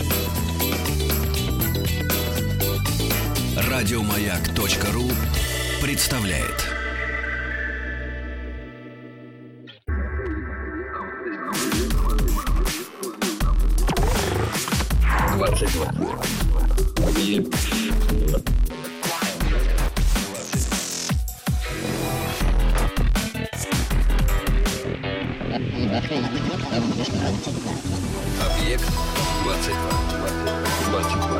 Радиомаяк.ру представляет. Объект 22.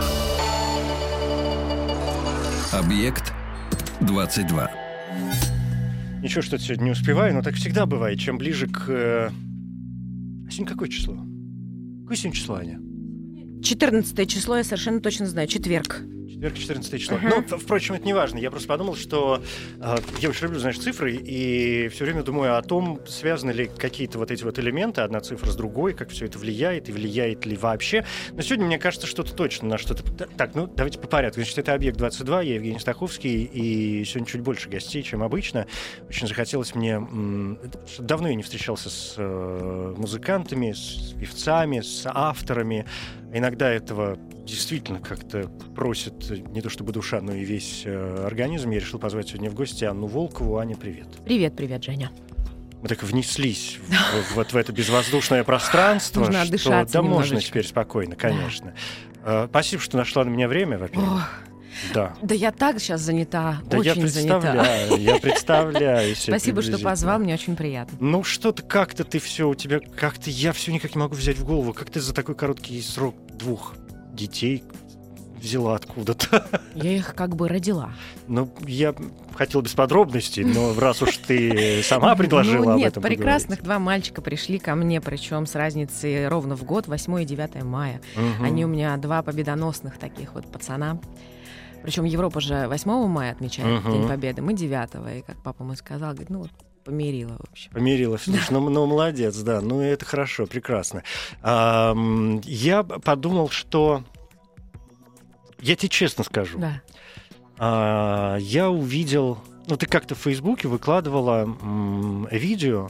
Объект 22. Ничего, что сегодня не успеваю, но так всегда бывает. Чем ближе к... А сегодня какое число? Какое сегодня число, Аня? 14 число, я совершенно точно знаю. Четверг. Четверг, 14 число. Ну, впрочем, это не важно. Я просто подумал, что я очень люблю, знаешь, цифры, и все время думаю о том, связаны ли какие-то вот эти вот элементы, одна цифра с другой, как все это влияет, и влияет ли вообще. Но сегодня, мне кажется, что-то точно на что-то... Так, ну, давайте по порядку. Значит, это «Объект 22», я Евгений Стаховский, и сегодня чуть больше гостей, чем обычно. Очень захотелось мне... Давно я не встречался с музыкантами, с певцами, с авторами. Иногда этого действительно как-то просит не то чтобы душа, но и весь организм. Я решил позвать сегодня в гости Анну Волкову. Аня, привет. Привет, Женя. Мы так внеслись вот в это безвоздушное пространство, нужно что отдышаться можно немножечко. теперь спокойно, конечно. Спасибо, что нашла на меня время, во-первых. Да я так сейчас занята, да, очень занята. Я представляю себе. Спасибо, что позвал, мне очень приятно. Ну, что-то как-то ты все, у тебя как-то я все никак не могу взять в голову. Как ты за такой короткий срок 2 детей взяла откуда-то? Я их как бы родила. Ну, я хотел без подробностей, но раз уж ты сама предложила об этом поговорить. Прекрасных 2 мальчика пришли ко мне, причем с разницей ровно в год, 8 и 9 мая. Они у меня 2 победоносных таких вот пацана. Причем Европа же 8 мая отмечает День Победы, мы 9. И как папа мой сказал, говорит, ну вот помирила, в общем. Помирила, слушай, ну молодец, да, ну это хорошо, прекрасно. Я подумал, что... Я тебе честно скажу. Да. Я увидел... Ну, ты как-то в Фейсбуке выкладывала видео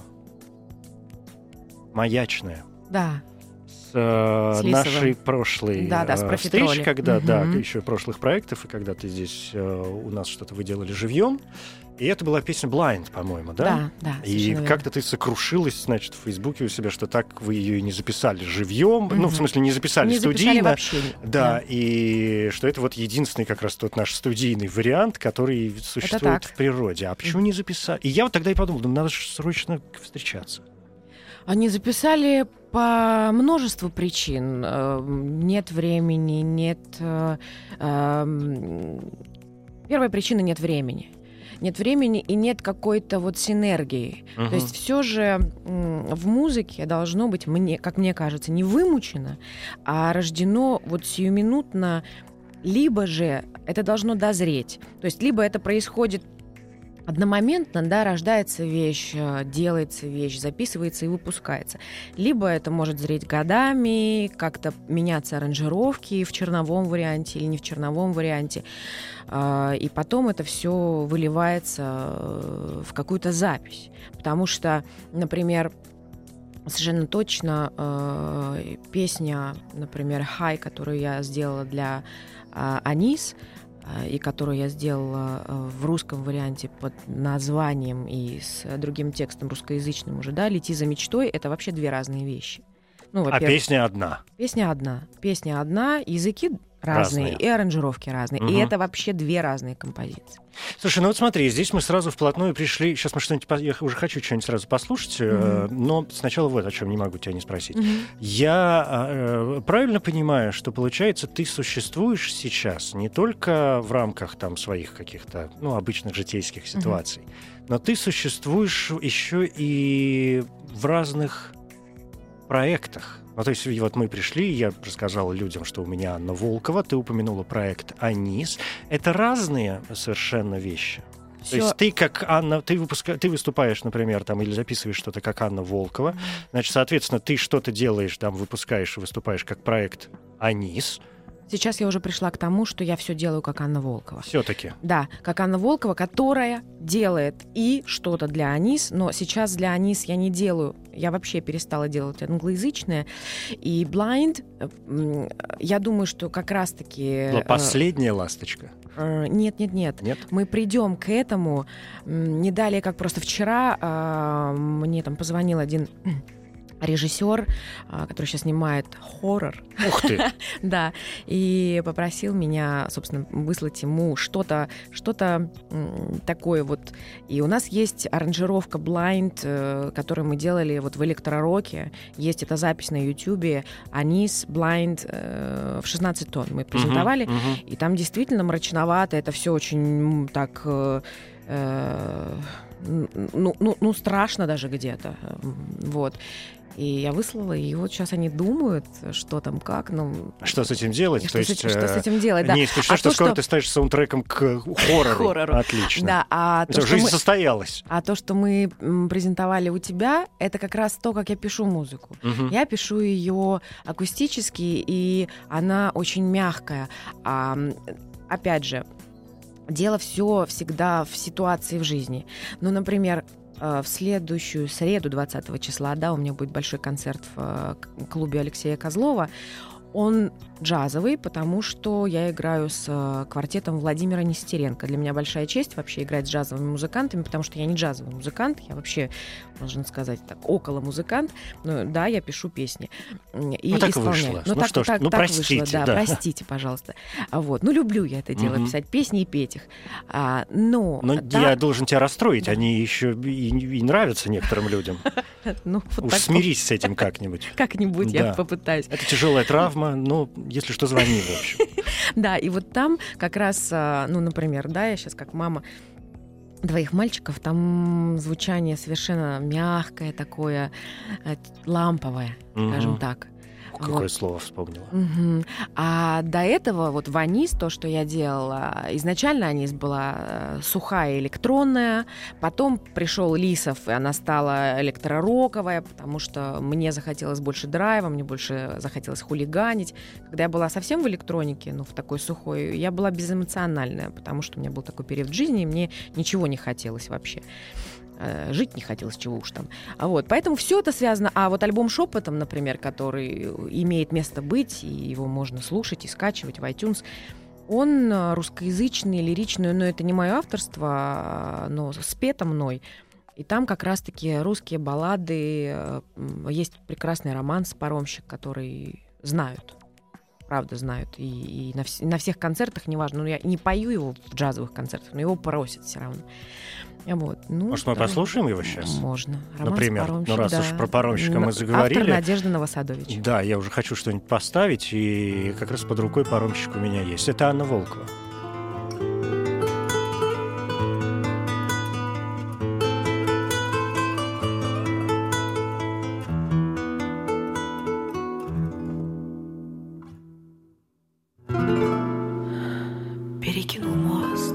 маячное. Да. С нашей прошлой встречи, когда, еще прошлых проектов, и когда ты здесь у нас что-то вы делали живьем. И это была песня «Blind», по-моему, да? Да. И как-то ты сокрушилась, значит, в Фейсбуке у себя, что так вы ее и не записали живьем. Ну, в смысле, не записали студийно. Вообще. Да, и что это вот единственный как раз тот наш студийный вариант, который существует в природе. А почему не записали? И я вот тогда и подумал, надо же срочно встречаться. Они записали по множеству причин. Нет времени, нет... Первая причина — нет времени. Нет времени и нет какой-то вот синергии. То есть все же в музыке должно быть, как мне кажется, не вымучено, а рождено вот сиюминутно, либо же это должно дозреть. То есть либо это происходит одномоментно, да, рождается вещь, делается вещь, записывается и выпускается. Либо это может зреть годами, как-то меняться аранжировки в черновом варианте или не в черновом варианте. И потом это все выливается в какую-то запись. Потому что, например, совершенно точно песня, например, «Хай», которую я сделала для Анис, и которую я сделала в русском варианте под названием и с другим текстом русскоязычным уже, да, «Лети за мечтой», это вообще 2 разные вещи. Ну, а песня одна? Песня одна, языки разные и аранжировки разные. И это вообще 2 разные композиции. Слушай, ну вот смотри, здесь мы сразу вплотную пришли. Сейчас мы что-нибудь... Я уже хочу что-нибудь сразу послушать, но сначала вот о чем не могу тебя не спросить. Я правильно понимаю, что, получается, ты существуешь сейчас не только в рамках там своих каких-то, ну, обычных житейских ситуаций, но ты существуешь еще и в разных проектах. Ну, то есть вот мы пришли, я рассказал людям, что у меня Анна Волкова, ты упомянула проект «Анис». Это разные совершенно вещи. То есть ты как Анна, ты выступаешь, например, там, или записываешь что-то как Анна Волкова, значит, соответственно, ты что-то делаешь, там, выпускаешь и выступаешь как проект «Анис». Сейчас я уже пришла к тому, что я все делаю как Анна Волкова. Все-таки. Да, как Анна Волкова, которая делает и что-то для Анис, но сейчас для Анис я не делаю. Я вообще перестала делать англоязычное. И Blind, я думаю, что как раз-таки... Была последняя ласточка. Нет. Нет? Мы придем к этому. Не далее, как просто вчера мне там позвонил один режиссер, который сейчас снимает хоррор. Ух ты! Да, и попросил меня, собственно, выслать ему что-то такое вот. И у нас есть аранжировка Blind, которую мы делали вот в электророке. Есть эта запись на Ютубе. Анис Blind в 16 тонн мы презентовали. И там действительно мрачновато. Это все очень так... страшно даже где-то. Вот. И я выслала, и вот сейчас они думают, что там, как. Что с этим делать? Что с этим делать, да. Не исключено, что скоро ты станешь саундтреком к хоррору. Отлично. Да, жизнь состоялась. А то, что мы презентовали у тебя, это как раз то, как я пишу музыку. Я пишу ее акустически, и она очень мягкая. Опять же, дело все всегда в ситуации в жизни. Например, в следующую среду, 20 числа, да, у меня будет большой концерт в клубе Алексея Козлова. Он джазовый, потому что я играю с квартетом Владимира Нестеренко. Для меня большая честь вообще играть с джазовыми музыкантами, потому что я не джазовый музыкант, я вообще, можно сказать, так, около музыкант. Но да, я пишу песни и так исполняю. Вышло. Так простите. Вышло, да, простите, пожалуйста. Вот. Люблю я это делать, писать песни и петь их. Но я должен тебя расстроить, они еще и нравятся некоторым людям. Уж смирись с этим как-нибудь. Как-нибудь я попытаюсь. Это тяжелая травма, но если что, звони, в общем. Да, и вот там как раз, например, да, я сейчас как мама двоих мальчиков, там звучание совершенно мягкое такое, ламповое, скажем так. Какое слово вспомнила. А до этого вот в Анис, то, что я делала, изначально Анис была сухая электронная, потом пришел Лисов, и она стала электророковая, потому что мне захотелось больше драйва, мне больше захотелось хулиганить. Когда я была совсем в электронике, в такой сухой, я была безэмоциональная, потому что у меня был такой период в жизни, и мне ничего не хотелось вообще. Жить не хотелось, чего уж там. Поэтому все это связано. А вот альбом «Шепотом», например, который имеет место быть, и его можно слушать и скачивать в iTunes, он русскоязычный, лиричный, но это не мое авторство, но спето мной. И там как раз-таки русские баллады. Есть прекрасный романс «Паромщик», который знают. Правда знают. И на всех концертах, неважно, я не пою его в джазовых концертах, но его просят все равно. Может, мы послушаем его сейчас? Можно. Например, раз уж про паромщика мы заговорили. Автор Надежда Новосадович. Да, я уже хочу что-нибудь поставить, и как раз под рукой паромщик у меня есть. Это Анна Волкова. Перекину мост.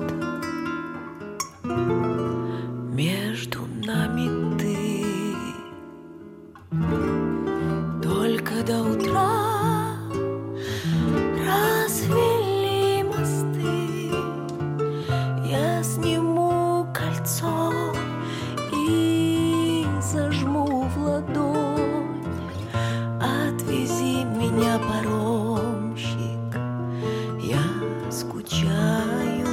Между нами ты. Только до утра развели мосты. Я сниму кольцо и зажму в ладонь. Отвези меня, паромщик, я скучаю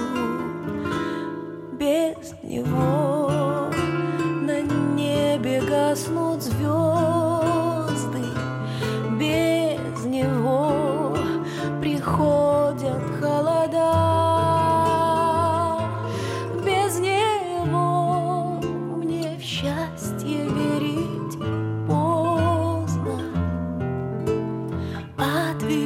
без него. На небе гаснут звезды, без него приходят холода. Без него мне в счастье верить поздно. Отвези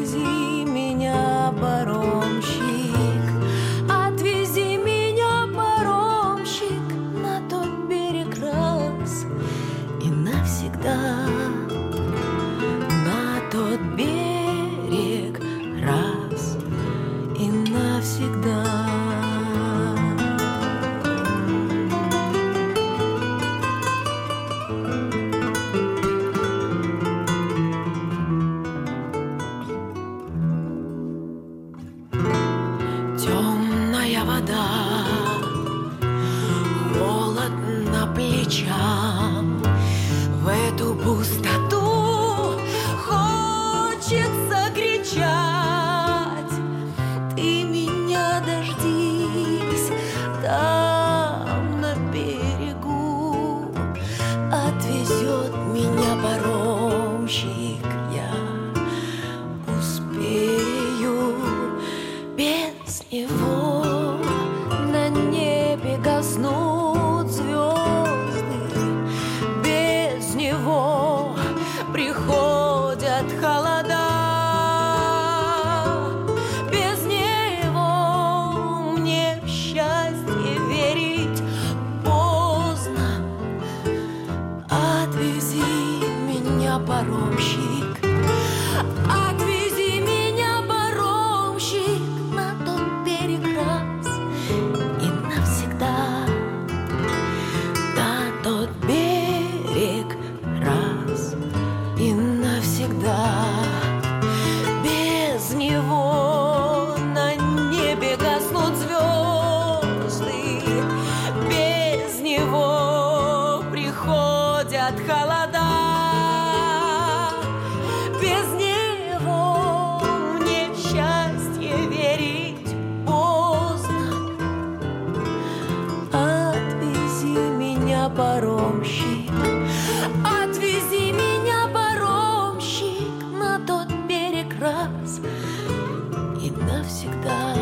навсегда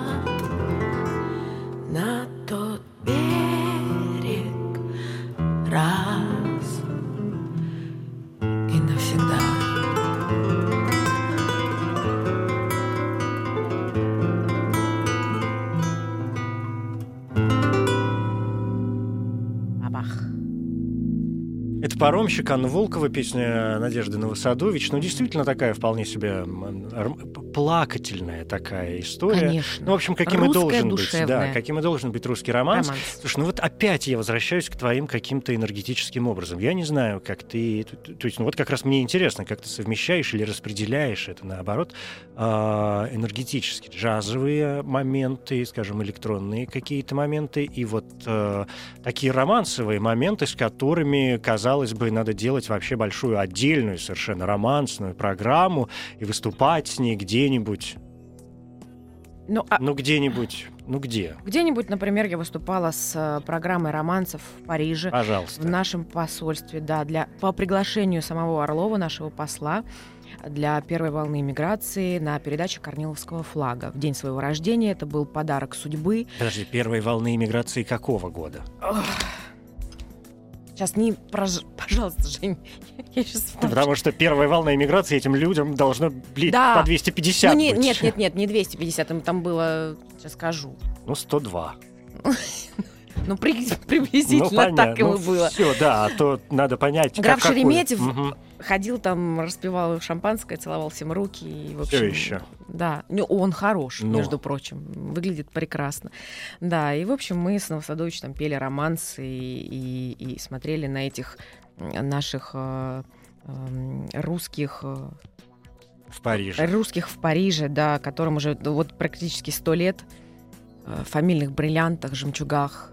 на тот берег раз и навсегда. Это «Паромщик», Анна Волкова, песня Надежды Новосадович. Ну, действительно, такая вполне себе плакательная такая история. Конечно. Ну, в общем, каким и должен душевная. быть. Да, каким и должен быть русский романс. Слушай, ну вот опять я возвращаюсь к твоим каким-то энергетическим образом. Я не знаю, как ты... То есть, ну вот как раз мне интересно, как ты совмещаешь или распределяешь это, наоборот, энергетически. Джазовые моменты, скажем, электронные какие-то моменты, и вот такие романсовые моменты, с которыми, казалось бы, надо делать вообще большую отдельную совершенно романсную программу и выступать с ней где-нибудь. Где-нибудь. Ну, где? Где-нибудь, например, я выступала с программой романсов в Париже. Пожалуйста. В нашем посольстве, да, по приглашению самого Орлова, нашего посла, для первой волны иммиграции на передаче «Корниловского флага». В день своего рождения это был подарок судьбы. Подожди, первой волны иммиграции какого года? Сейчас пожалуйста, Жень, я сейчас... Потому что первая волна иммиграции этим людям должно быть да. по 250 быть. Нет, не 250, там было, сейчас скажу. 102. Ну, приблизительно так ему было. Все, да, а то надо понять, Граф Шереметьев ходил там, распивал шампанское, целовал всем руки. И, в общем, все еще. Да, он хорош, между прочим, выглядит прекрасно. Да, и, в общем, мы с Новосадович там пели романсы и смотрели на этих наших русских... В Париже. Русских в Париже, да, которым уже вот практически 100 лет, в фамильных бриллиантах, жемчугах.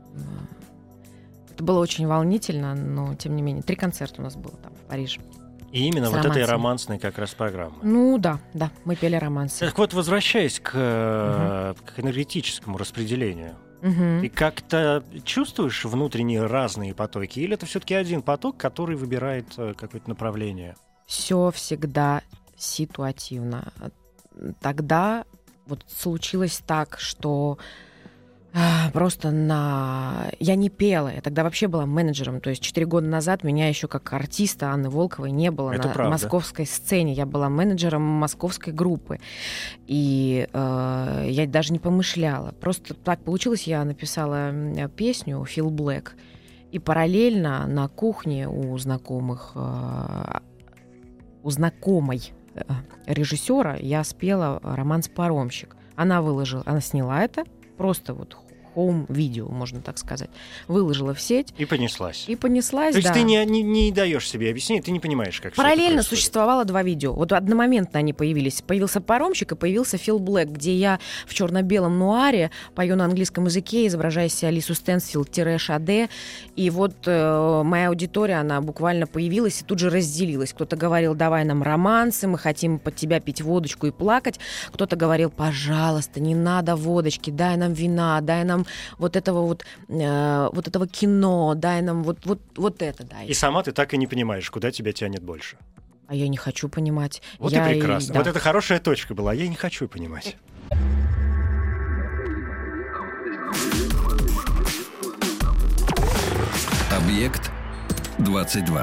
Это было очень волнительно, но, тем не менее, 3 концерта у нас было там, в Париже. И именно вот этой романсной как раз программы. Ну да, мы пели романсы. Так вот, возвращаясь к энергетическому распределению, ты как-то чувствуешь внутренние разные потоки? Или это все-таки один поток, который выбирает какое-то направление? Все всегда ситуативно. Тогда вот случилось так, что просто я не пела. Я тогда вообще была менеджером. То есть 4 года назад меня еще как артиста Анны Волковой не было это на правда. московской сцене. Я была менеджером московской группы. И я даже не помышляла. Просто так получилось. Я написала песню «Feel Black». И параллельно на кухне у знакомой режиссера я спела романс «Паромщик». Она сняла это, просто вот хоум-видео, можно так сказать, выложила в сеть. И понеслась. То есть ты не даешь себе объяснение, ты не понимаешь, как параллельно существовало 2 видео. Вот одномоментно они появились. Появился «Паромщик» и появился «Feel Black», где я в черно-белом нуаре пою на английском языке, изображая себя Алису Стэнсфилд-Шаде. И вот моя аудитория, она буквально появилась и тут же разделилась. Кто-то говорил: давай нам романсы, мы хотим под тебя пить водочку и плакать. Кто-то говорил: пожалуйста, не надо водочки, дай нам вина, дай нам вот этого кино, дай нам вот это дай. И сама ты так и не понимаешь, куда тебя тянет больше. А я не хочу понимать. Вот и прекрасно. Вот это хорошая точка была. Я не хочу понимать. Объект 22.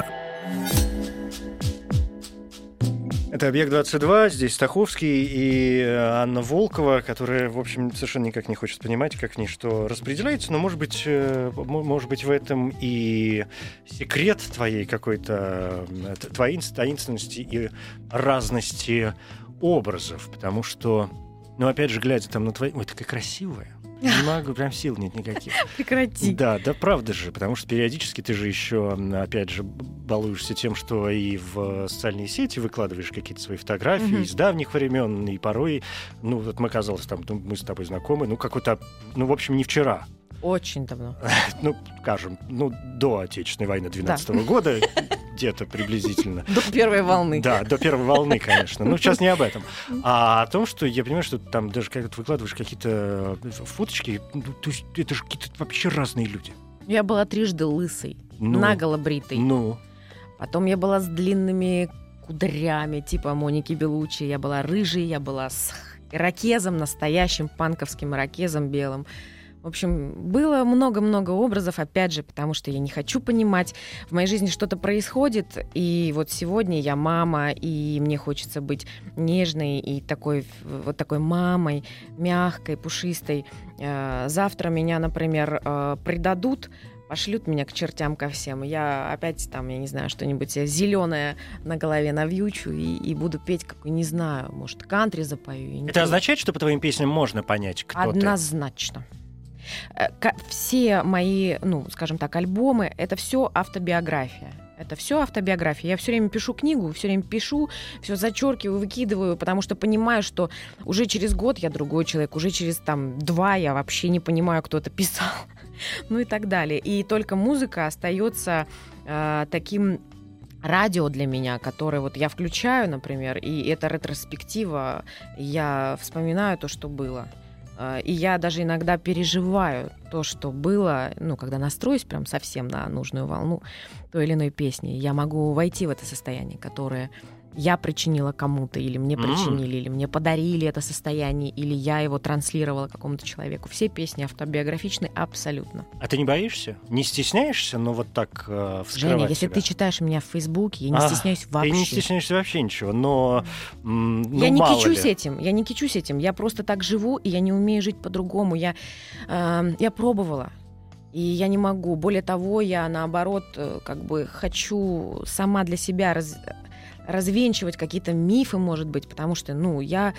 Это «Объект-22», здесь Стаховский и Анна Волкова, которая, в общем, совершенно никак не хочет понимать, как ничто распределяется, но, может быть, в этом и секрет твоей какой-то таинственности и разности образов, потому что, опять же, глядя там на твои... Ой, такая красивая. Не могу, прям сил нет никаких. Прекрати. Да, правда же, потому что периодически ты же еще, опять же, балуешься тем, что и в социальные сети выкладываешь какие-то свои фотографии из давних времен, и порой, вот мы, казалось, там, мы с тобой знакомы, какой-то, в общем, не вчера. Очень давно. Скажем, до Отечественной войны 12-го года, где-то приблизительно. До первой волны. Да, до первой волны, конечно. Сейчас не об этом. А о том, что я понимаю, что там даже когда ты выкладываешь какие-то фоточки, то есть это же какие-то вообще разные люди. Я была трижды лысой, наголо бритой. Потом я была с длинными кудрями, типа Моники Беллуччи. Я была рыжей, я была с ирокезом, настоящим панковским ирокезом белым. В общем, было много-много образов, опять же, потому что я не хочу понимать. В моей жизни что-то происходит, и вот сегодня я мама, и мне хочется быть нежной и такой мамой, мягкой, пушистой. Завтра меня, например, предадут, пошлют меня к чертям ко всем. Я опять там, я не знаю, что-нибудь зеленое на голове навьючу и буду петь, какой, не знаю, может, кантри запою. Это означает, что по твоим песням можно понять, кто ты? Однозначно. Все мои, скажем так, альбомы — это все автобиография. Это все автобиография. Я все время пишу книгу, все время пишу, все зачеркиваю, выкидываю, потому что понимаю, что уже через год я другой человек, уже через 2 я вообще не понимаю, кто это писал, и так далее. И только музыка остается таким радио для меня, которое вот я включаю, например, и это ретроспектива, я вспоминаю то, что было. И я даже иногда переживаю то, что было, когда настроюсь прям совсем на нужную волну той или иной песни. Я могу войти в это состояние, которое я причинила кому-то, или мне причинили, или мне подарили это состояние, или я его транслировала какому-то человеку. Все песни автобиографичны абсолютно. А ты не боишься? Не стесняешься, вот так вскрывать Женя, если себя? ты читаешь меня в Фейсбуке, я не стесняюсь вообще. Ты не стесняешься вообще ничего, но я не кичусь этим. Я просто так живу, и я не умею жить по-другому. Я пробовала. И я не могу. Более того, я, наоборот, хочу сама для себя развенчивать какие-то мифы, может быть, потому что, я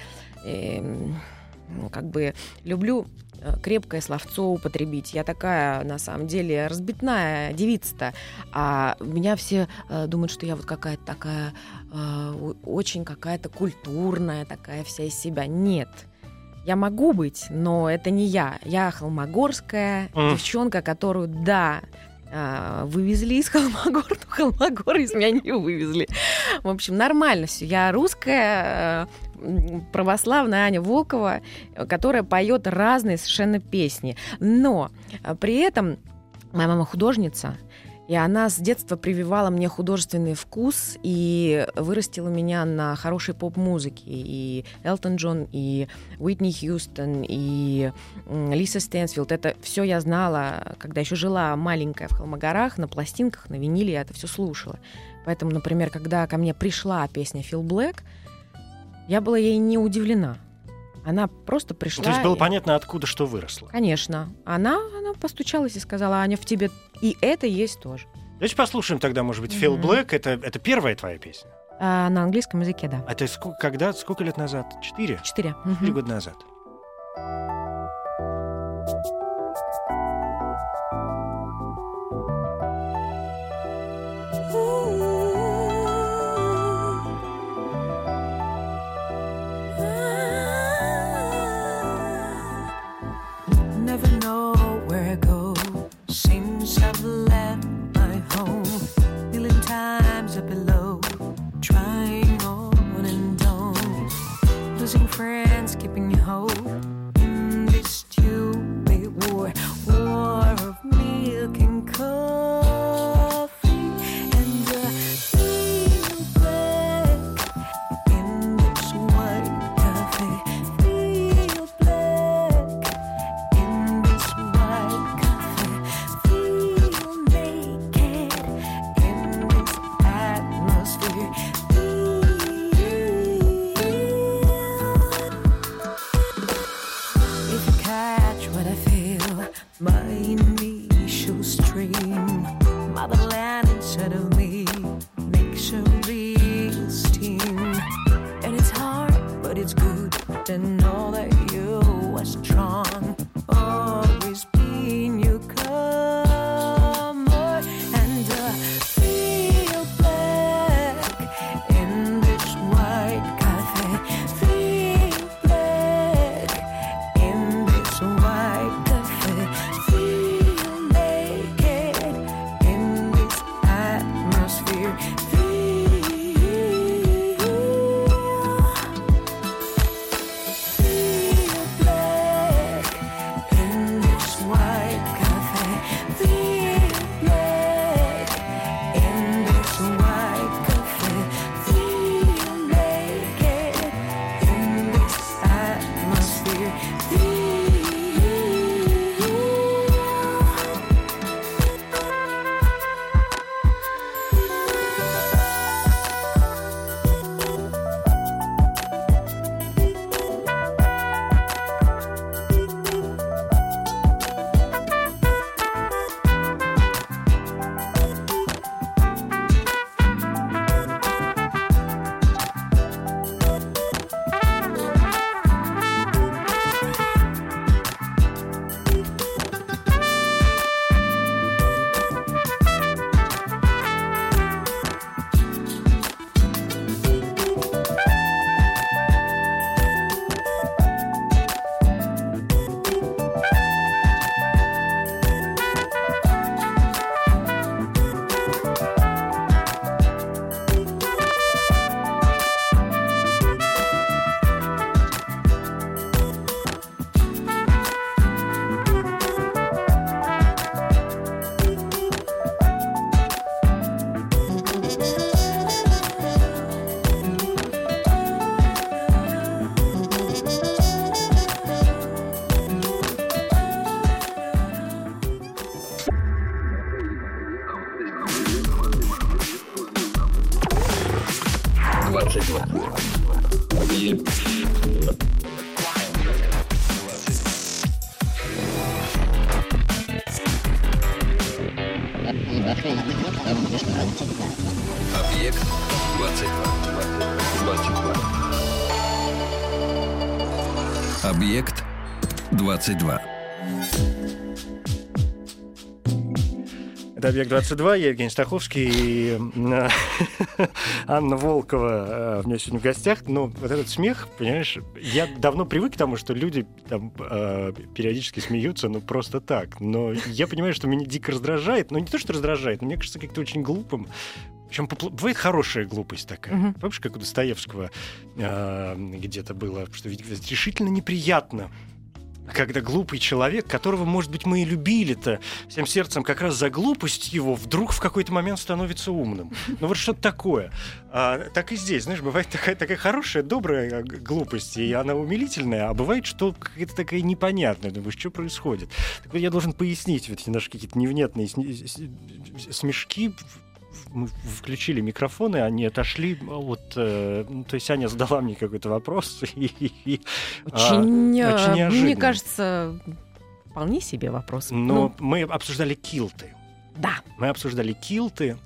люблю крепкое словцо употребить. Я такая, на самом деле, разбитная девица-то. А меня все думают, что я вот какая-то такая, очень какая-то культурная, такая вся из себя. Нет. Я могу быть, но это не я. Я холмогорская девчонка, которую, вывезли из Холмогор, но Холмогор из меня не вывезли. В общем, нормально все. Я русская, православная Аня Волкова, которая поет разные совершенно песни. Но при этом моя мама художница, и она с детства прививала мне художественный вкус и вырастила меня на хорошей поп-музыке. И Элтон Джон, и Уитни Хьюстон, и Лиса Стэнсфилд. Это все я знала, когда еще жила маленькая в Холмогорах, на пластинках, на виниле я это все слушала. Поэтому, например, когда ко мне пришла песня «Фил Блэк», я была ей не удивлена. Она просто пришла. То есть было понятно, откуда что выросло. Конечно. Она постучалась и сказала: Аня, в тебе и это есть тоже. Давайте послушаем тогда, может быть, «Фил Блэк». Это первая твоя песня? На английском языке, да. А это сколько лет назад? 4? 4. 4 года назад. Friends keeping hope in this stupid war of milk and coffee, and feel black in this white cafe. Feel black in this white cafe. Feel naked in this atmosphere. My initial stream, motherland inside of me makes a real steam. And it's hard, but it's good to know that you are strong. Always be newcomer and feel black in this white cafe. Feel black in this white cafe. Feel naked in this atmosphere. Feel black. Объект 22. Объект 22. Это «Объект-22», я Евгений Стаховский, и Анна Волкова у меня сегодня в гостях. Но вот этот смех, понимаешь, я давно привык к тому, что люди там периодически смеются, ну просто так. Но я понимаю, что меня дико раздражает. Ну не то, что раздражает, но мне кажется как-то очень глупым. Причем бывает хорошая глупость такая. Помнишь, как у Достоевского где-то было, что ведь решительно неприятно, когда глупый человек, которого, может быть, мы и любили-то всем сердцем как раз за глупость его, вдруг в какой-то момент становится умным. Ну вот что-то такое. Так и здесь, знаешь, бывает такая хорошая, добрая глупость, и она умилительная, а бывает, что какая-то такая непонятная. Думаешь, что происходит? Так вот я должен пояснить вот эти наши какие-то невнятные смешки. Мы включили микрофоны, они отошли. Вот, то есть Аня задала мне какой-то вопрос. Очень неожиданно. Мне кажется, вполне себе вопрос. Но мы обсуждали килты. Да. Мы обсуждали килты,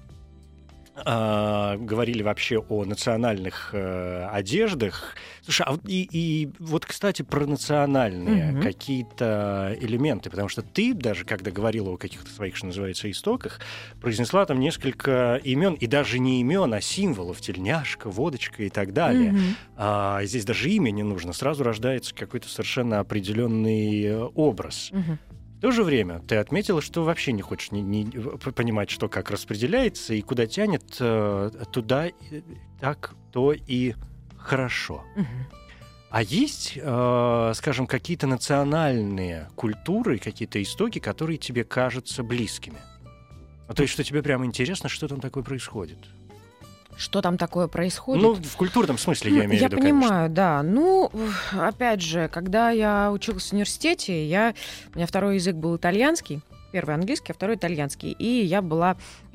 говорили вообще о национальных одеждах. Слушай, и вот, кстати, про национальные какие-то элементы, потому что ты даже, когда говорила о каких-то своих, что называется, истоках, произнесла там несколько имен, и даже не имен, а символов: тельняшка, водочка и так далее. Здесь даже имя не нужно, сразу рождается какой-то совершенно определенный образ. В то же время ты отметила, что вообще не хочешь не понимать, что как распределяется и куда тянет, туда так, то и хорошо. А есть, скажем, какие-то национальные культуры, какие-то истоки, которые тебе кажутся близкими? То есть, что тебе прямо интересно, что там такое происходит? Что там такое происходит? Ну, в культурном смысле я имею в виду, Я понимаю, конечно. да. Ну, опять же, когда я училась в университете, у меня второй язык был итальянский. Первый английский, а второй итальянский. И я была,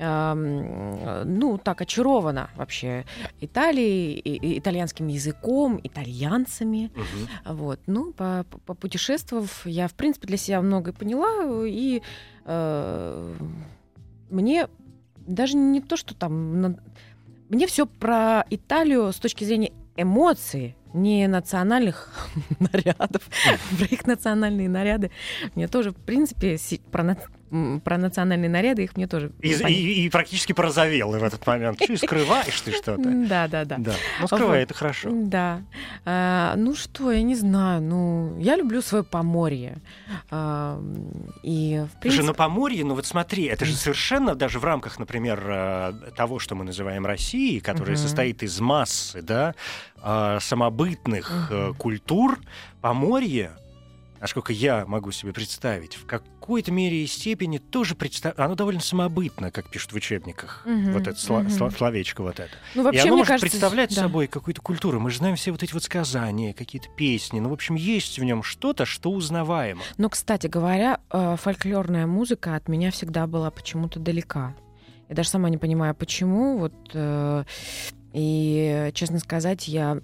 так очарована вообще Италией, итальянским языком, итальянцами. Вот. Ну, попутешествовав, я, в принципе, для себя многое поняла. И мне даже не то, что там... Мне все про Италию с точки зрения эмоций, не национальных нарядов, про их национальные наряды. Мне тоже, в принципе, про национальные наряды их мне тоже... И практически порозовел в этот момент. Что, скрываешь ты что-то? Да. Ну, скрывай, это хорошо. Да. Ну что, я не знаю. Ну, я люблю свое Поморье. И, в принципе... Слушай, Поморье, вот смотри, это же совершенно даже в рамках, например, того, что мы называем Россией, которая состоит из массы, да, самобытных культур, Поморье, насколько я могу себе представить, в какой-то мере и степени тоже оно довольно самобытно, как пишут в учебниках, вот это словечко вот это. Ну, вообще, и оно мне может кажется, представлять собой какую-то культуру. Мы же знаем все вот эти вот сказания, какие-то песни. Ну, в общем, есть в нем что-то, что узнаваемо. Но, кстати говоря, фольклорная музыка от меня всегда была почему-то далека. Я даже сама не понимаю, почему. Вот, и, честно сказать, я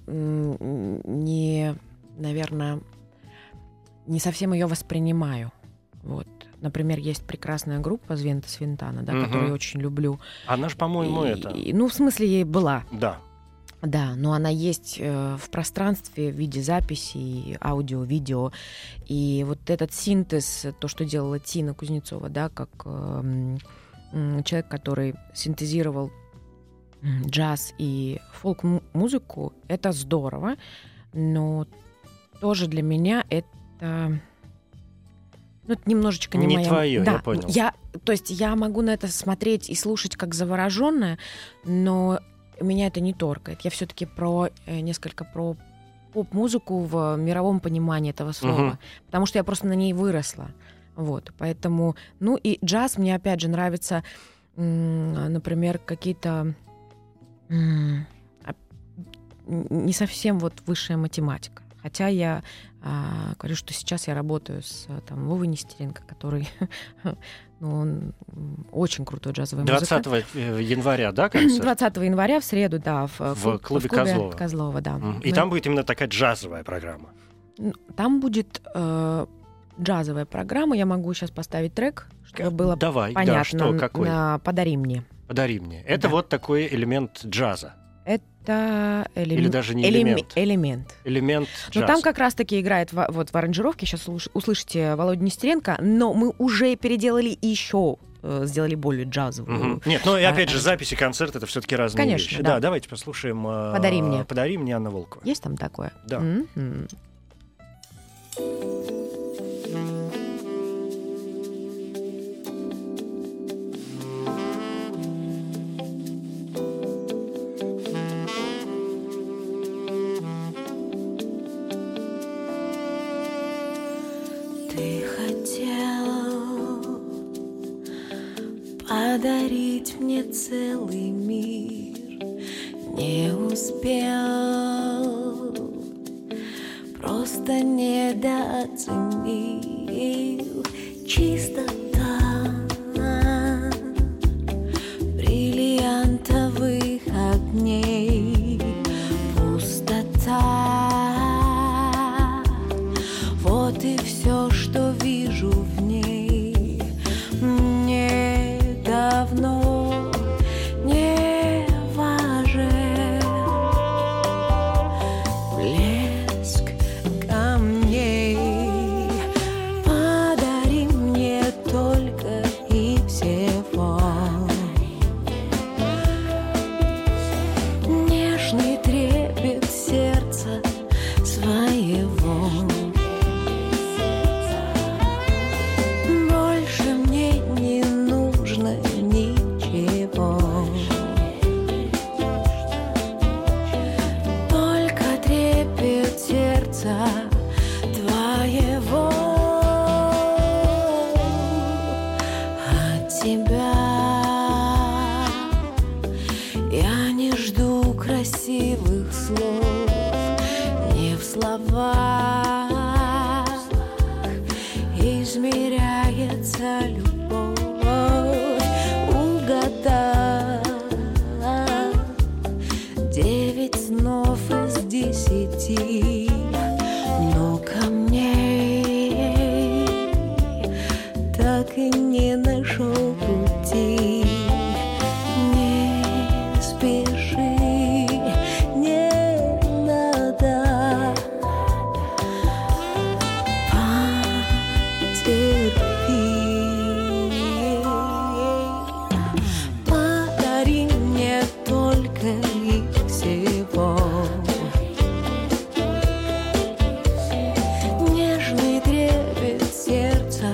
наверное, не совсем ее воспринимаю. Вот. Например, есть прекрасная группа Звента Свинтана, да, которую я очень люблю. Она же, по-моему, ну, в смысле, ей была. Да. Да, но она есть в пространстве в виде записей, аудио, видео. И вот этот синтез, то, что делала Тина Кузнецова, да, как человек, который синтезировал джаз и фолк-музыку, это здорово, но тоже для меня это... Ну, это немножечко не моя... твое, да, я понял. То есть я могу на это смотреть и слушать как заворожённая, но меня это не торкает. Я все-таки несколько про поп-музыку в мировом понимании этого слова, потому что я просто на ней выросла. Вот, поэтому... Ну, и джаз мне, опять же, нравится, например, какие-то... Не совсем вот высшая математика. Хотя я Говорю, что сейчас я работаю с Вовой Нестеренко, который он очень крутой джазовый музыкант. 20 января, да, концерт? 20 января в среду, да, в клубе Козлова, да. И там будет именно такая джазовая программа? Там будет джазовая программа. Я могу сейчас поставить трек, чтобы было понятно. Да, что, какой? «Подари мне». «Подари мне». Это вот такой элемент джаза. Это Или даже не элемент. Элемент джаза. Но там как раз-таки играет в аранжировке, сейчас услышите Володю Нестеренко, но мы уже переделали и еще сделали более джазовую. Нет, ну и опять же, записи концерта — это все-таки разные Конечно, вещи. да. Да, давайте послушаем «Подари мне». «Подари мне» Анна Волкова. Есть там такое? Да. Ты хотел подарить мне целый мир, не успел, просто недооценил. Чистота бриллиантовых огней, пустота. Вот и все, что вижу в ней. Мне давно не важен блеск камней. Подари мне только и всего нежный трепет сердца своего. Больше мне не нужно ничего, только трепет сердца твоего. От тебя я не жду красивых слов, не в словах измеряется любовь. Угадав 9 снов из 10, но камней так и не нашел пути. Не спеши, не надо, подари мне только и всего нежный трепет сердца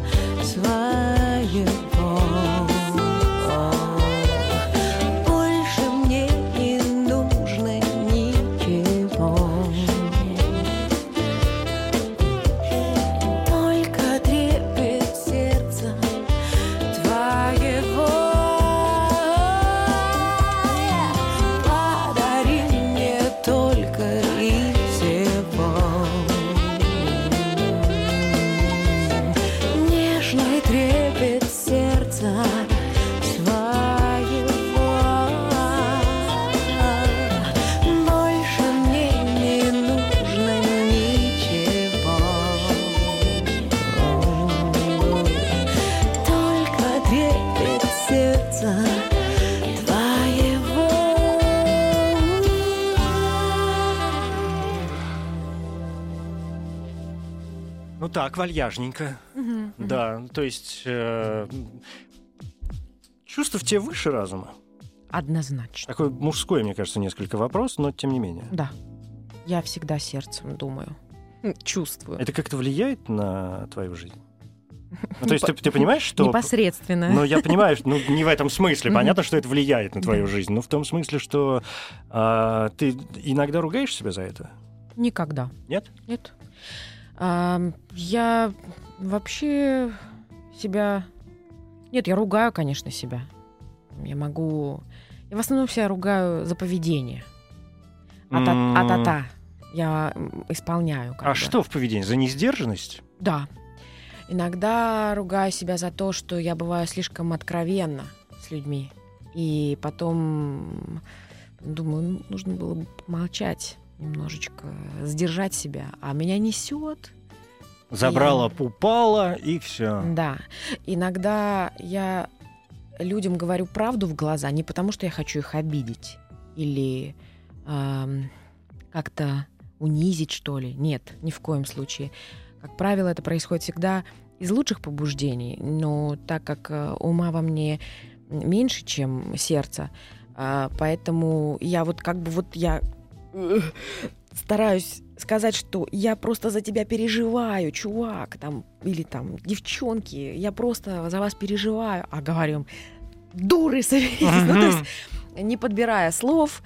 своего. Больше мне не нужно ничего, только трепет сердца твоего. Подари мне только и всего нежный трепет сердца своего. Больше мне не нужно ничего, только трепет сердца твоего. Ну так, вальяжненько. Да, то есть чувство в тебе выше разума. Однозначно. Такой мужской, мне кажется, несколько вопрос, но тем не менее. Да. Я всегда сердцем думаю, чувствую. Это как-то влияет на твою жизнь? Ну, то есть ты понимаешь, что... Непосредственно. Ну, я понимаю, не в этом смысле. Понятно, что это влияет на твою жизнь, но в том смысле, что ты иногда ругаешь себя за это? Никогда. Нет? Нет. Я вообще себя... Нет, я ругаю, конечно, себя. Я в основном себя ругаю за поведение. А-та-та. я исполняю. А что в поведении? За несдержанность? Да. Иногда ругаю себя за то, что я бываю слишком откровенна с людьми. И потом думаю, нужно было бы молчать немножечко, сдержать себя. А меня несет. Забрала, упала, и все. Да. Иногда я людям говорю правду в глаза не потому, что я хочу их обидеть или как-то унизить, что ли. Нет, ни в коем случае. Как правило, это происходит всегда из лучших побуждений, но так как ума во мне меньше, чем сердца, поэтому я я стараюсь сказать, что я просто за тебя переживаю, чувак, там, или там, девчонки, я просто за вас переживаю, а говорю, дуры, соберитесь. Ну, то есть, не подбирая слов,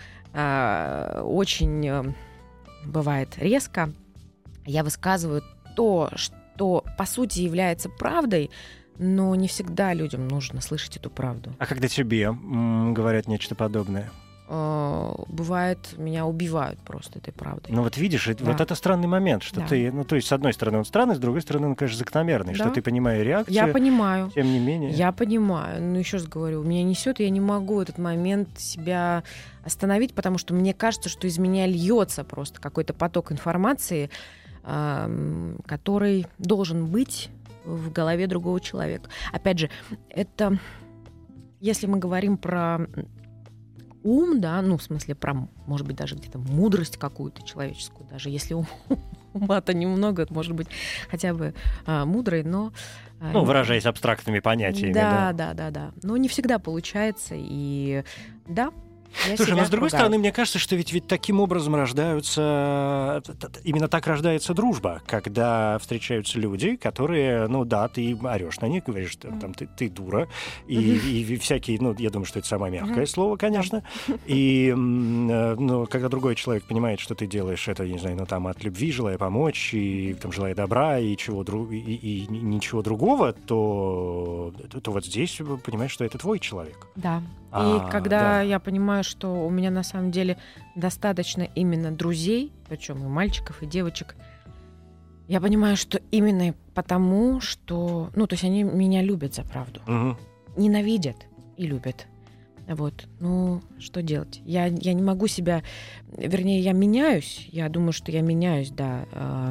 очень бывает резко, я высказываю то, что по сути является правдой, но не всегда людям нужно слышать эту правду. А когда тебе говорят нечто подобное? Бывает, меня убивают просто этой правдой. Ну вот видишь, вот это странный момент, что Да. ты, ну то есть с одной стороны он странный, с другой стороны он, конечно, закономерный, Да. что ты, понимая реакцию, Я понимаю. тем не менее... Я понимаю. Но еще раз говорю, меня несет, и я не могу в этот момент себя остановить, потому что мне кажется, что из меня льется просто какой-то поток информации, который должен быть в голове другого человека. Опять же, это если мы говорим про ум, да, ну, в смысле, про, может быть, даже где-то мудрость какую-то человеческую, даже если ума-то немного, может быть, хотя бы мудрый, но... Ну, выражаясь абстрактными понятиями. Да. Но не всегда получается, и да, я Слушай, себя но с другой ругаю. стороны, мне кажется, что ведь таким образом рождаются... Именно так рождается дружба, когда встречаются люди, которые, ну да, ты орешь на них, говоришь, что там, ты дура, и всякие, ну, я думаю, что это самое мягкое слово, конечно, и ну, когда другой человек понимает, что ты делаешь это, я не знаю, ну, там, от любви, желая помочь, и там, желая добра, и ничего другого, то вот здесь понимаешь, что это твой человек. Да. И когда да. я понимаю, что у меня на самом деле достаточно именно друзей, причем и мальчиков, и девочек, я понимаю, что именно потому, что... Ну, то есть они меня любят за правду. Угу. Ненавидят и любят. Вот. Ну, что делать? Я не могу себя... Вернее, я меняюсь. Я думаю, что я меняюсь, да.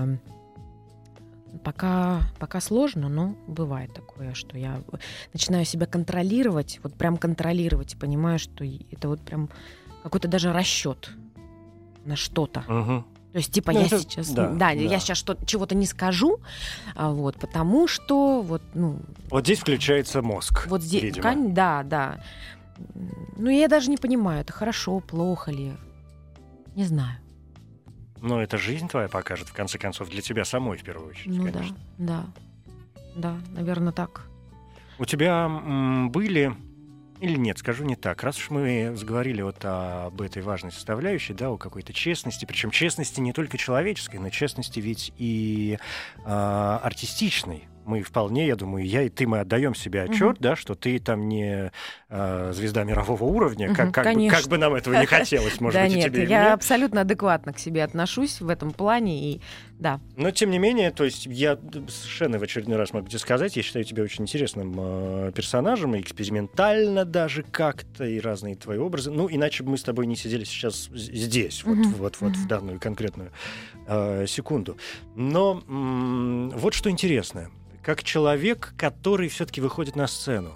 Пока сложно, но бывает такое, что я начинаю себя контролировать, вот прям контролировать, и понимаю, что это вот прям какой-то даже расчет на что-то. Угу. То есть, типа, Ну, я это- сейчас, да. я сейчас чего-то не скажу, вот, потому что вот, ну, Вот здесь включается мозг, вот здесь, видимо. да. Ну, я даже не понимаю, это хорошо, плохо ли, не знаю. Но это жизнь твоя покажет, в конце концов, для тебя самой, в первую очередь, Ну конечно. да, наверное, так. У тебя были... Или нет, скажу не так. Раз уж мы заговорили вот об этой важной составляющей, да, о какой-то честности, причем честности не только человеческой, но честности ведь и артистичной. Мы вполне, я думаю, я и ты, мы отдаем себе отчет, да, что ты там не звезда мирового уровня, как бы нам этого не хотелось, может Да быть, и нет, тебе, и я мне. абсолютно адекватно к себе отношусь в этом плане, и да. Но, тем не менее, то есть я совершенно в очередной раз могу тебе сказать, я считаю тебя очень интересным персонажем, и экспериментально даже как-то, и разные твои образы. Ну, иначе бы мы с тобой не сидели сейчас здесь, вот в данную конкретную секунду. Но вот что интересно. Как человек, который все-таки выходит на сцену,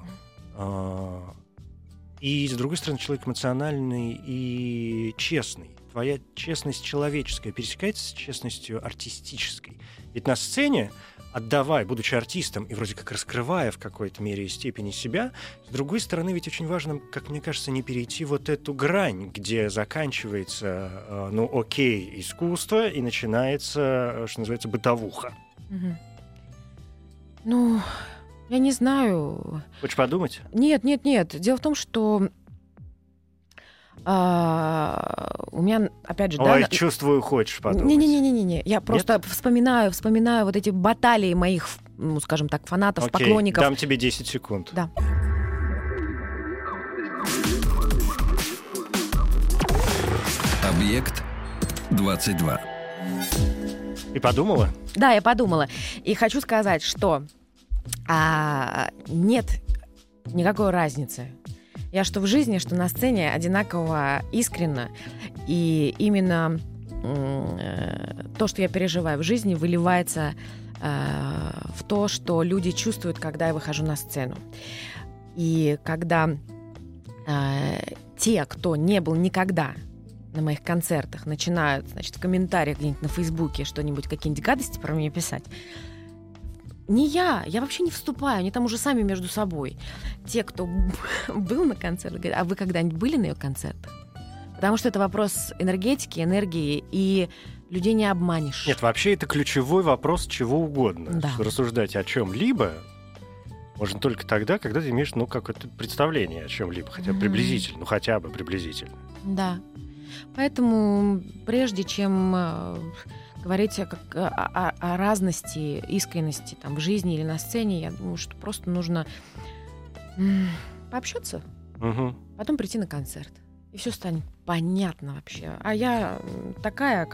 и, с другой стороны, человек эмоциональный и честный. Твоя честность человеческая пересекается с честностью артистической. Ведь на сцене, отдавая, будучи артистом и вроде как раскрывая в какой-то мере и степени себя, с другой стороны, ведь очень важно, как мне кажется, не перейти вот эту грань, где заканчивается, ну, окей, искусство, и начинается, что называется, бытовуха. Мгм. Ну, я не знаю. Хочешь подумать? Нет. Дело в том, что у меня, опять же, Ой, да... чувствую, хочешь подумать. Не. Я просто вспоминаю вот эти баталии моих, ну, скажем так, фанатов, Окей, поклонников. дам тебе 10 секунд. Да. Объект 22. И подумала? Да, я подумала. И хочу сказать, что нет никакой разницы. Я что в жизни, что на сцене одинаково искренне. И именно то, что я переживаю в жизни, выливается в то, что люди чувствуют, когда я выхожу на сцену. И когда те, кто не был никогда на моих концертах, начинают, значит, в комментариях где-нибудь на Фейсбуке что-нибудь, какие-нибудь гадости про меня писать, не я вообще не вступаю, они там уже сами между собой. Те, кто был на концертах, говорят, а вы когда-нибудь были на ее концертах? Потому что это вопрос энергетики, энергии, и людей не обманешь. Нет, вообще это ключевой вопрос чего угодно. Да. Рассуждать о чем-либо можно только тогда, когда ты имеешь, какое-то представление о чем-либо, хотя бы приблизительно, хотя бы приблизительно. Да. Поэтому прежде чем говорить о разности, искренности там, в жизни или на сцене, я думаю, что просто нужно пообщаться, потом прийти на концерт. И все станет понятно вообще. А я такая,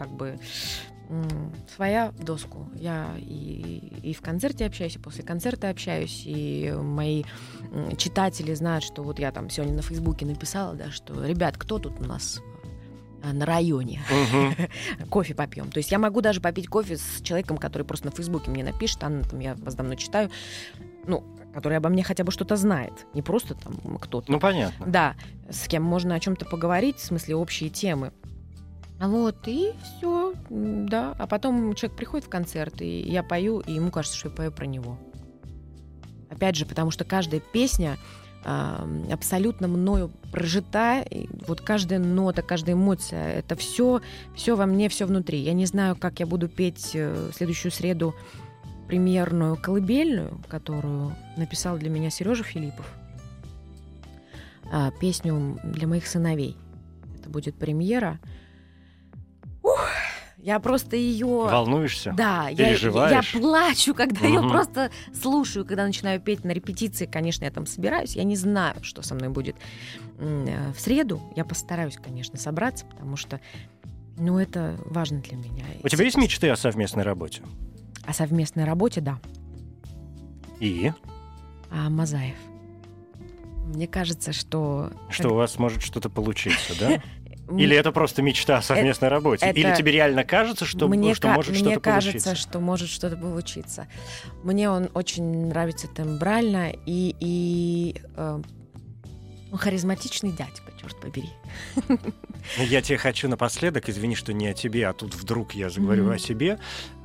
своя в доску. Я и в концерте общаюсь, и после концерта общаюсь, и мои читатели знают, что вот я там сегодня на Фейсбуке написала, да, что, ребят, кто тут у нас на районе? Кофе попьем. То есть я могу даже попить кофе с человеком, который просто на Фейсбуке мне напишет, я вас давно читаю, который обо мне хотя бы что-то знает. Не просто там кто-то. Понятно. Да, с кем можно о чем-то поговорить, в смысле общие темы. И все, да. А потом человек приходит в концерт, и я пою, и ему кажется, что я пою про него. Опять же, потому что каждая песня абсолютно мною прожита, и вот каждая нота, каждая эмоция, это все во мне, все внутри. Я не знаю, как я буду петь в следующую среду премьерную колыбельную, которую написал для меня Сережа Филиппов, песню для моих сыновей. Это будет премьера. Я просто ее... Волнуешься? Да, переживаешь? Я плачу, когда ее просто слушаю, когда начинаю петь на репетиции. Конечно, я там собираюсь. Я не знаю, что со мной будет в среду. Я постараюсь, конечно, собраться, потому что это важно для меня. У тебя есть мечты о совместной работе? О совместной работе, да. И? Мазаев. Мне кажется, что... Что у вас может что-то получиться, да? Или это просто мечта о совместной работе? Или тебе реально кажется, что может что-то получиться? Мне кажется, что может что-то получиться. Мне он очень нравится тембрально и харизматичный дядька, черт побери. Я тебе хочу напоследок, извини, что не о тебе, а тут вдруг я заговорю о себе.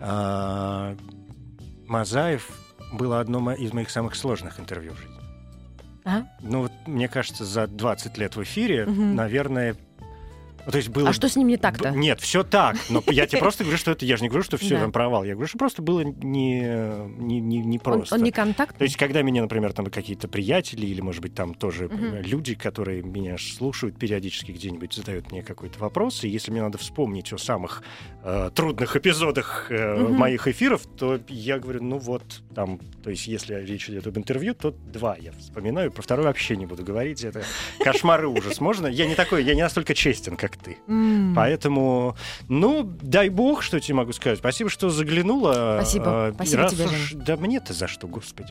Мазаев было одно из моих самых сложных интервью в жизни. Мне кажется, за 20 лет в эфире, наверное... То есть было... А что с ним не так-то? Нет, все так. Но я тебе просто говорю, что это... Я же не говорю, что все там провал. Я говорю, что просто было не просто. Он не контактный? То есть, когда меня, например, там какие-то приятели или, может быть, там тоже люди, которые меня слушают периодически где-нибудь, задают мне какой-то вопрос, и если мне надо вспомнить о самых трудных эпизодах моих эфиров, то я говорю, там... То есть, если речь идет об интервью, то 2 я вспоминаю, про второй вообще не буду говорить. Это кошмар и ужас. Можно? Я не настолько честен, как ты. Поэтому, дай бог, что тебе могу сказать. Спасибо, что заглянула. Спасибо. Спасибо тебе, Жень. Да мне-то за что, господи.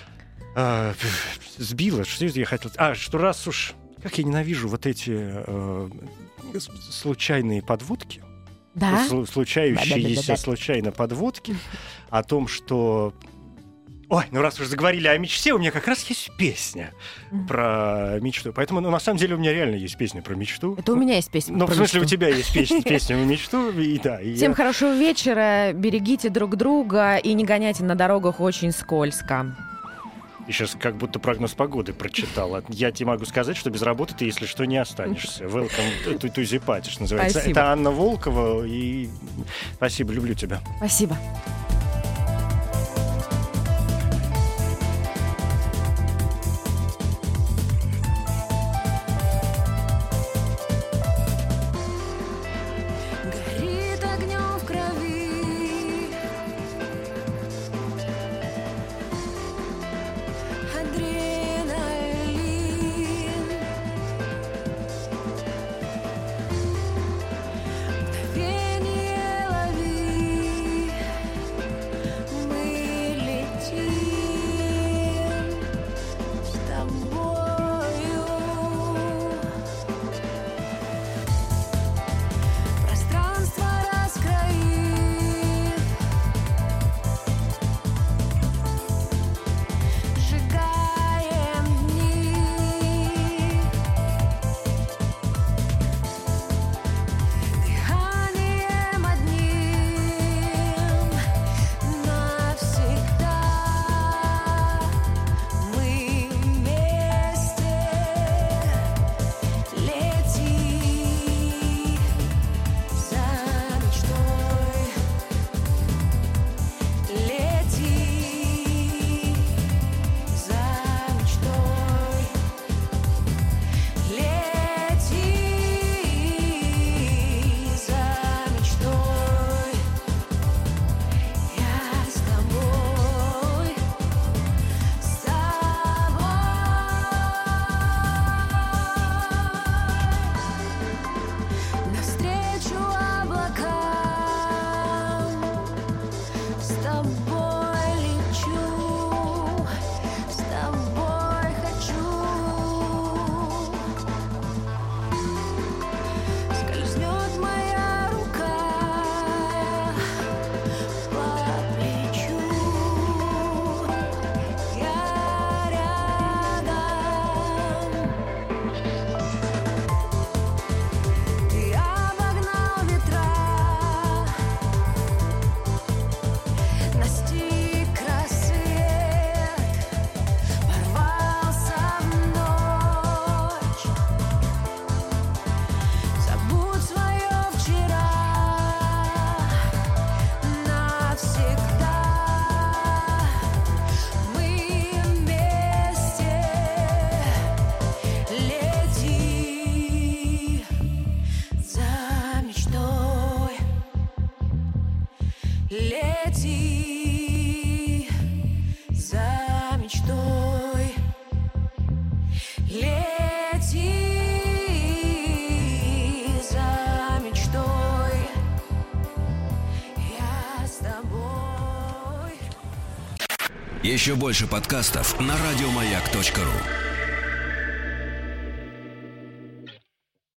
Сбила. Что я хотел... что раз уж... Как я ненавижу вот эти случайные подводки. Да? Случающиеся случайно подводки о том, что... раз уж заговорили о мечте, у меня как раз есть песня про мечту. Поэтому, на самом деле, у меня реально есть песня про мечту. Это у меня есть песня про мечту. В смысле, у тебя есть песня про мечту. Всем хорошего вечера, берегите друг друга и не гоняйте на дорогах очень скользко. И сейчас как будто прогноз погоды прочитала. Я тебе могу сказать, что без работы ты, если что, не останешься. Welcome to the party, что называется. Спасибо. Это Анна Волкова. И спасибо, люблю тебя. Спасибо. Мгновение лови. Лети за мечтой, лети за мечтой, я с тобой. Еще больше подкастов на радиомаяк.ру.